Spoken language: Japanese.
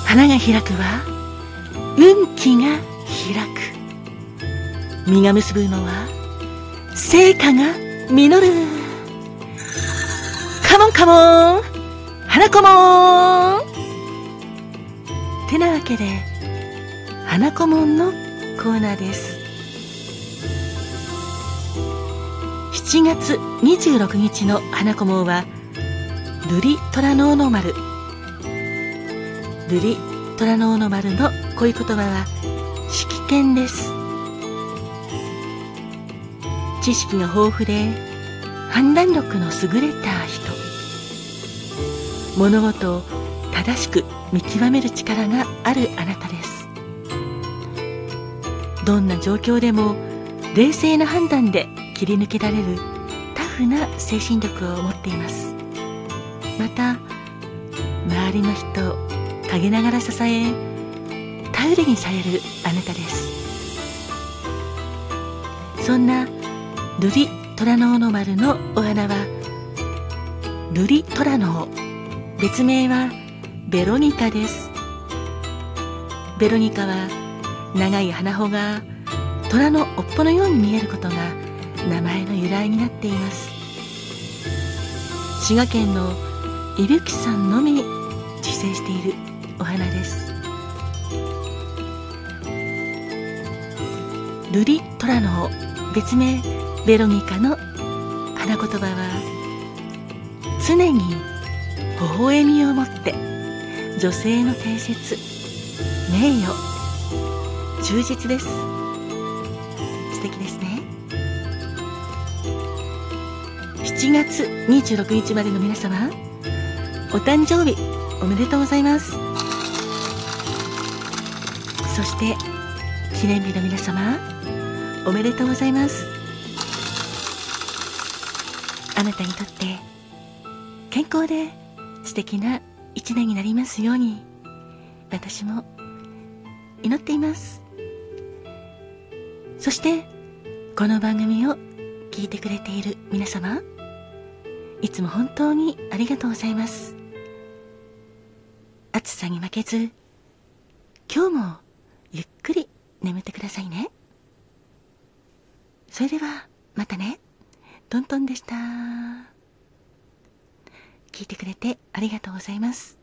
花が開くは運気が開く。実が結ぶのは成果が実る。カモンカモン花子もん。てなわけで花子もんのコーナーです。7月26日の花子もんは瑠璃虎の尾の丸。瑠璃虎の尾の丸の恋言葉は識見です。知識が豊富で判断力の優れた人。物事を正しく見極める力があるあなたです。どんな状況でも冷静な判断で切り抜けられるタフな精神力を持っています。また周りの人を陰ながら支え頼りにされるあなたです。そんな瑠璃虎の尾の丸のお花は瑠璃虎の尾、別名はベロニカです。ベロニカは長い花穂が虎の尾っぽのように見えることが名前の由来になっています。滋賀県の伊吹山のみに自生しているお花です。瑠璃虎の尾、別名ベロニカの花言葉は常に微笑みを持って女性の定説、名誉、忠実です。素敵ですね。7月26日までの皆様、お誕生日おめでとうございます。そして記念日の皆様、おめでとうございます。あなたにとって健康で素敵な一年になりますように、私も祈っています。そしてこの番組を聞いてくれている皆様、いつも本当にありがとうございます。暑さに負けず今日もゆっくり眠ってくださいね。それではまたね。トントンでした。聞いてくれてありがとうございます。